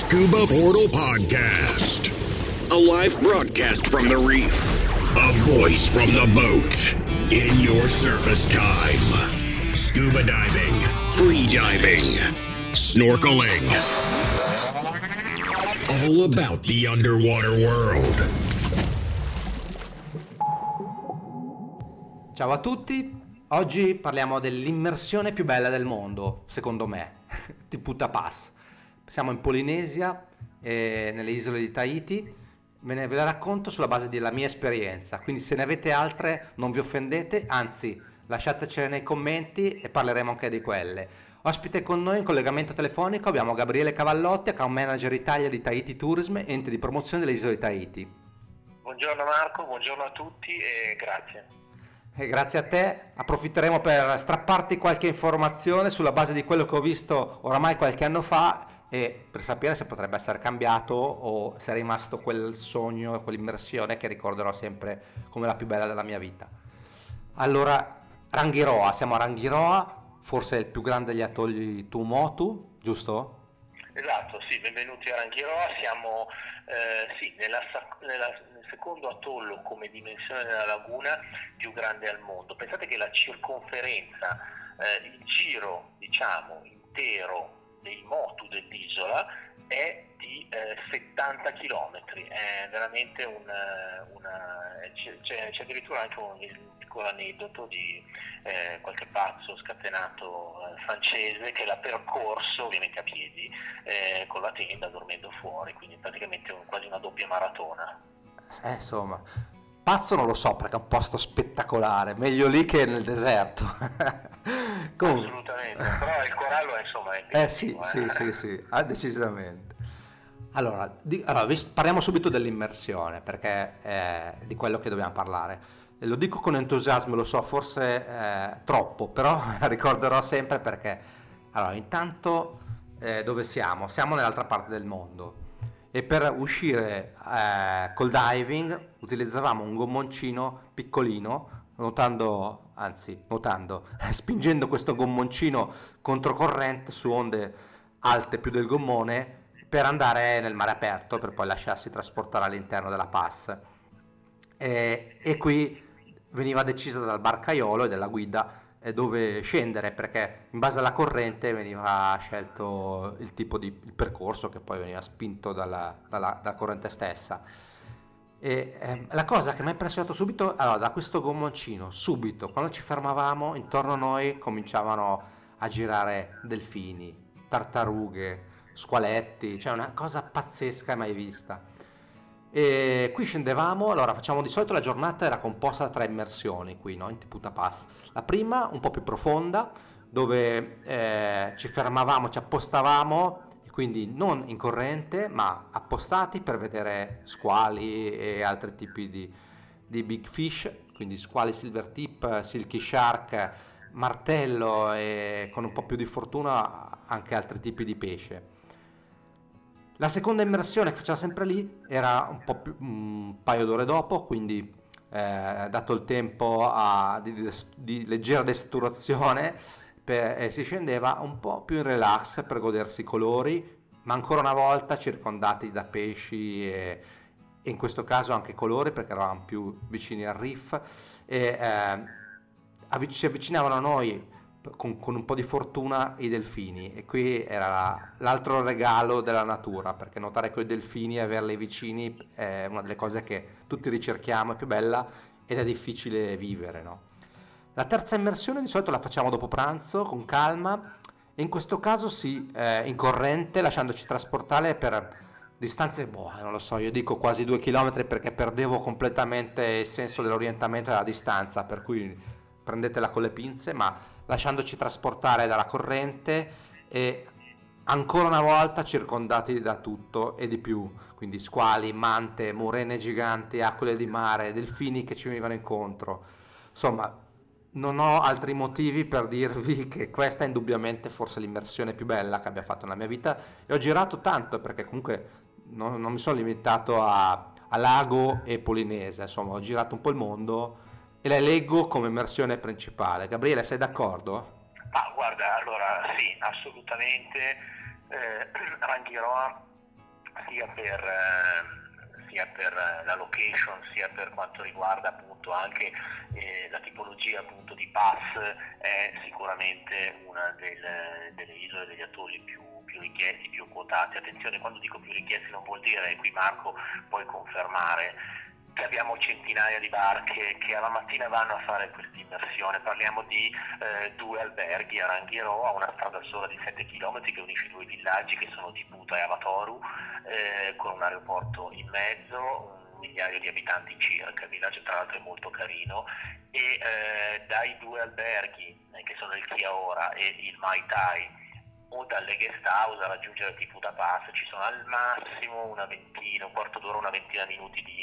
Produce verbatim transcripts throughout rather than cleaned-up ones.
Scuba Portal Podcast. A live broadcast from the reef. A voice from the boat. In your surface time. Scuba diving. Free diving. Snorkeling. All about the underwater world. Ciao a tutti. Oggi parliamo dell'immersione più bella del mondo, secondo me, di Puta Pass. Siamo in Polinesia, eh, nelle isole di Tahiti. Ve ne ve la racconto sulla base della mia esperienza, quindi se ne avete altre non vi offendete, anzi lasciatecele nei commenti e parleremo anche di quelle. Ospite con noi in collegamento telefonico abbiamo Gabriele Cavallotti, account manager Italia di Tahiti Tourism, ente di promozione delle isole di Tahiti. Buongiorno Marco, buongiorno a tutti e grazie. E grazie a te, approfitteremo per strapparti qualche informazione sulla base di quello che ho visto oramai qualche anno fa e per sapere se potrebbe essere cambiato o se è rimasto quel sogno, quell'immersione che ricorderò sempre come la più bella della mia vita. Allora, Rangiroa, siamo a Rangiroa, forse il più grande degli atolli Tuamotu, giusto? Esatto, sì, benvenuti a Rangiroa, siamo eh, sì, nella, nella, nel secondo atollo come dimensione della laguna più grande al mondo. Pensate che la circonferenza, eh, il giro diciamo intero dei motu dell'isola è di eh, settanta chilometri, è veramente una, una c'è, c'è addirittura anche un, un piccolo aneddoto di eh, qualche pazzo scatenato eh, francese che l'ha percorso ovviamente a piedi eh, con la tenda dormendo fuori, quindi praticamente un, quasi una doppia maratona. Eh, insomma, pazzo non lo so perché è un posto spettacolare, meglio lì che nel deserto. Comunque. Assolutamente, però il corallo è insomma è eh sì, eh. sì, sì, sì, ah, decisamente. Allora, di, allora, parliamo subito dell'immersione perché è di quello che dobbiamo parlare. E lo dico con entusiasmo, lo so, forse eh, troppo, però ricorderò sempre perché. Allora, intanto eh, dove siamo? Siamo nell'altra parte del mondo. E per uscire eh, col diving utilizzavamo un gommoncino piccolino, nuotando, anzi nuotando, spingendo questo gommoncino controcorrente su onde alte più del gommone per andare nel mare aperto per poi lasciarsi trasportare all'interno della pass. E, e qui veniva decisa dal barcaiolo e dalla guida dove scendere perché in base alla corrente veniva scelto il tipo di il percorso che poi veniva spinto dalla, dalla, dalla corrente stessa. E ehm, la cosa che mi ha impressionato subito, allora da questo gommoncino subito quando ci fermavamo intorno a noi cominciavano a girare delfini, tartarughe, squaletti, cioè una cosa pazzesca mai vista. E qui scendevamo, allora facciamo di solito la giornata era composta da tre immersioni qui, no? In Puta Pass. La prima un po' più profonda dove eh, ci fermavamo, ci appostavamo e quindi non in corrente ma appostati per vedere squali e altri tipi di, di big fish, quindi squali silver tip, silky shark, martello e con un po' più di fortuna anche altri tipi di pesce. La seconda immersione che faceva sempre lì era un po' più, un paio d'ore dopo, quindi eh, dato il tempo a, di, di, di leggera desaturazione per, eh, si scendeva un po' più in relax per godersi i colori, ma ancora una volta circondati da pesci e, e in questo caso anche colori perché eravamo più vicini al reef e eh, avvic- si avvicinavano a noi Con, con un po' di fortuna i delfini e qui era la, l'altro regalo della natura perché nuotare con i delfini e averli vicini è una delle cose che tutti ricerchiamo, è più bella ed è difficile vivere, no? La terza immersione di solito la facciamo dopo pranzo con calma e in questo caso sì, eh, in corrente lasciandoci trasportare per distanze, boh, non lo so, io dico quasi due chilometri perché perdevo completamente il senso dell'orientamento e della distanza, per cui prendetela con le pinze, ma lasciandoci trasportare dalla corrente e ancora una volta circondati da tutto e di più, quindi squali, mante, murene giganti, aquile di mare, delfini che ci venivano incontro. Insomma, non ho altri motivi per dirvi che questa è indubbiamente forse l'immersione più bella che abbia fatto nella mia vita e ho girato tanto perché comunque non, non mi sono limitato a, a Lago e Polinesia, insomma ho girato un po' il mondo e la leggo come immersione principale. Gabriele, sei d'accordo? Ah, guarda, allora sì, assolutamente. Eh, Rangiroa sia per, eh, sia per la location, sia per quanto riguarda appunto anche eh, la tipologia appunto di pass, è sicuramente una del, delle isole, degli atolli più più richiesti, più quotati. Attenzione, quando dico più richiesti non vuol dire, e qui Marco puoi confermare, che abbiamo centinaia di barche che alla mattina vanno a fare questa immersione. Parliamo di eh, due alberghi a Rangiroa, una strada sola di sette chilometri che unisce due villaggi che sono Tiputa e Avatoru, eh, con un aeroporto in mezzo, un migliaio di abitanti circa. Il villaggio tra l'altro è molto carino, e eh, dai due alberghi eh, che sono il Kiaora e il Mai Tai, o dalle guest house a raggiungere Tiputa Pass ci sono al massimo una ventina, un quarto d'ora, una ventina di minuti di,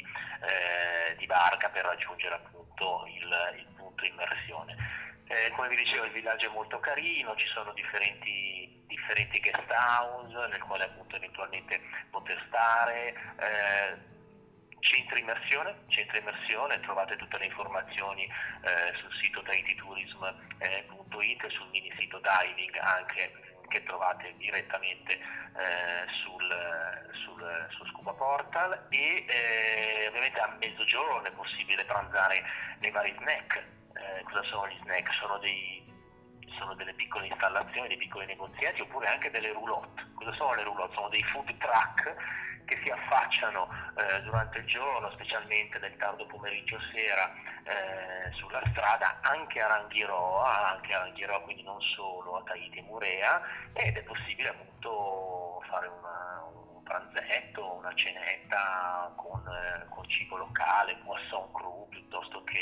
eh, di barca per raggiungere appunto il, il punto immersione. Eh, come vi dicevo, il villaggio è molto carino, ci sono differenti, differenti guest house nel quale appunto eventualmente poter stare. Eh, Centro immersione, centro immersione, trovate tutte le informazioni eh, sul sito tahititourism punto it e sul mini sito diving anche, che trovate direttamente eh, sul, sul, su Scuba Portal, e eh, ovviamente a mezzogiorno è possibile pranzare nei vari snack. Eh, cosa sono gli snack? Sono dei sono delle piccole installazioni, dei piccoli negoziati, oppure anche delle roulotte. Cosa sono le roulotte? Sono dei food truck che si affacciano eh, durante il giorno, specialmente nel tardo pomeriggio sera, eh, sulla strada, anche a Rangiroa, anche a Rangiroa, quindi non solo a Tahiti e Moorea, ed è possibile appunto fare una, un pranzetto, una cenetta con, eh, con cibo locale, poisson cru piuttosto che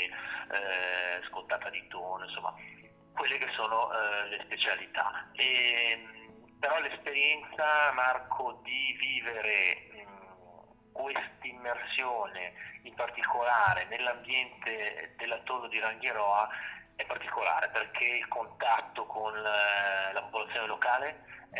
eh, scottata di tonno, insomma quelle che sono eh, le specialità. E, però l'esperienza, Marco, di vivere questa immersione in particolare nell'ambiente dell'atollo di Rangiroa è particolare, perché il contatto con la, la popolazione locale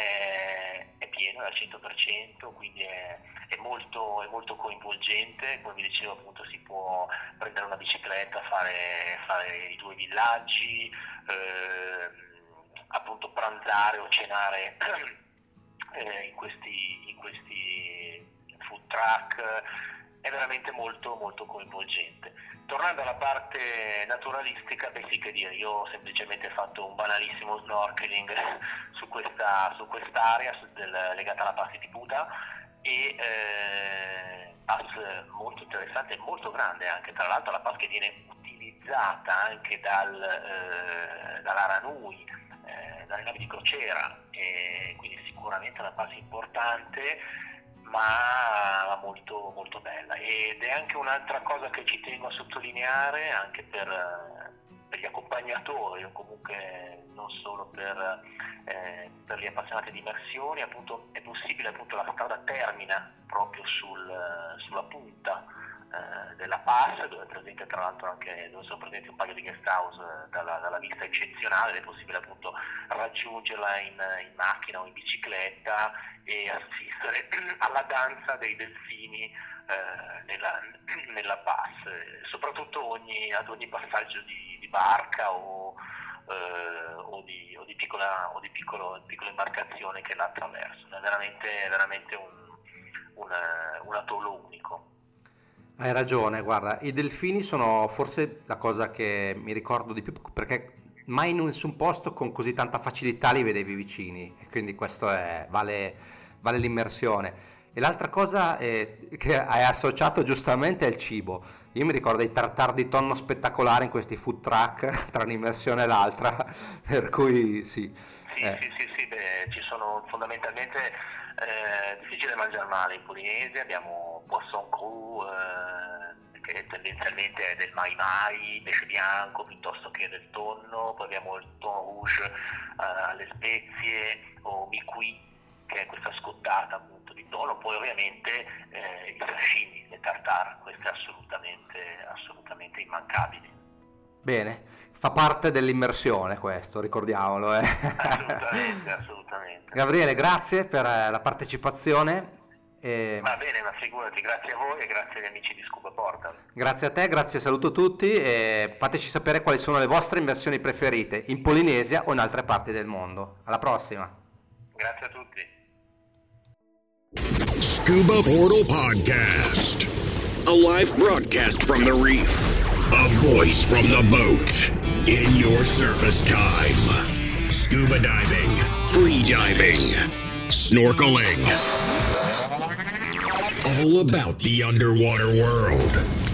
è, è pieno, è al cento per cento, quindi è, è, molto, è molto coinvolgente. Come vi dicevo appunto, si può prendere una bicicletta, fare, fare i due villaggi, eh, appunto pranzare o cenare eh, in questi, in questi food truck. È veramente molto molto coinvolgente. Tornando alla parte naturalistica, beh sì, che dire, io ho semplicemente fatto un banalissimo snorkeling su questa su quest'area su, del, legata alla Pass di Tiputa, e eh, pass molto interessante e molto grande anche, tra l'altro la pass che viene utilizzata anche dal, eh, dall'Ara Nui, eh, dalle navi di crociera, e quindi sicuramente una pass importante, ma molto molto bella. Ed è anche un'altra cosa che ci tengo a sottolineare, anche per, per gli accompagnatori o comunque non solo per, eh, per gli appassionati di immersioni, appunto è possibile, appunto la strada termina proprio sul, sulla punta eh, della pass, dove è presente tra l'altro anche dove sono presenti un paio di guest house eh, dalla, dalla vista eccezionale, ed è possibile appunto raggiungerla in, in macchina o in bicicletta e assistere alla danza dei delfini eh, nella, nella pass, soprattutto ogni, ad ogni passaggio di, di barca o, eh, o, di, o di piccola o di piccolo, piccola imbarcazione che la attraversa. È veramente, è veramente un, un, un atollo unico. Hai ragione, guarda, i delfini sono forse la cosa che mi ricordo di più, perché mai in nessun posto con così tanta facilità li vedevi vicini, e quindi questo è, vale, vale l'immersione. E l'altra cosa è, che hai associato giustamente, è il cibo. Io mi ricordo dei tartar di tonno spettacolari in questi food truck tra un'immersione e l'altra, per cui sì. Sì, eh. sì, sì, sì, beh, ci sono fondamentalmente... Eh, difficile mangiare male in Polinesia. Abbiamo poisson cru eh, che tendenzialmente è del mai mai, pesce bianco piuttosto che del tonno, poi abbiamo il thon rouge eh, alle spezie, o miqui, che è questa scottata appunto di tonno, poi ovviamente eh, i sashimi, le tartare, queste assolutamente, assolutamente immancabili. Bene, fa parte dell'immersione questo, ricordiamolo. Eh. Assolutamente, assolutamente. Gabriele, grazie per la partecipazione. E... Va bene, ma figurati, grazie a voi e grazie agli amici di Scuba Portal. Grazie a te, grazie, saluto tutti, e fateci sapere quali sono le vostre immersioni preferite in Polinesia o in altre parti del mondo. Alla prossima. Grazie a tutti. Scuba Portal Podcast. A live broadcast from the reef. A voice from the boat in your surface time. Scuba diving, free diving, snorkeling. All about the underwater world.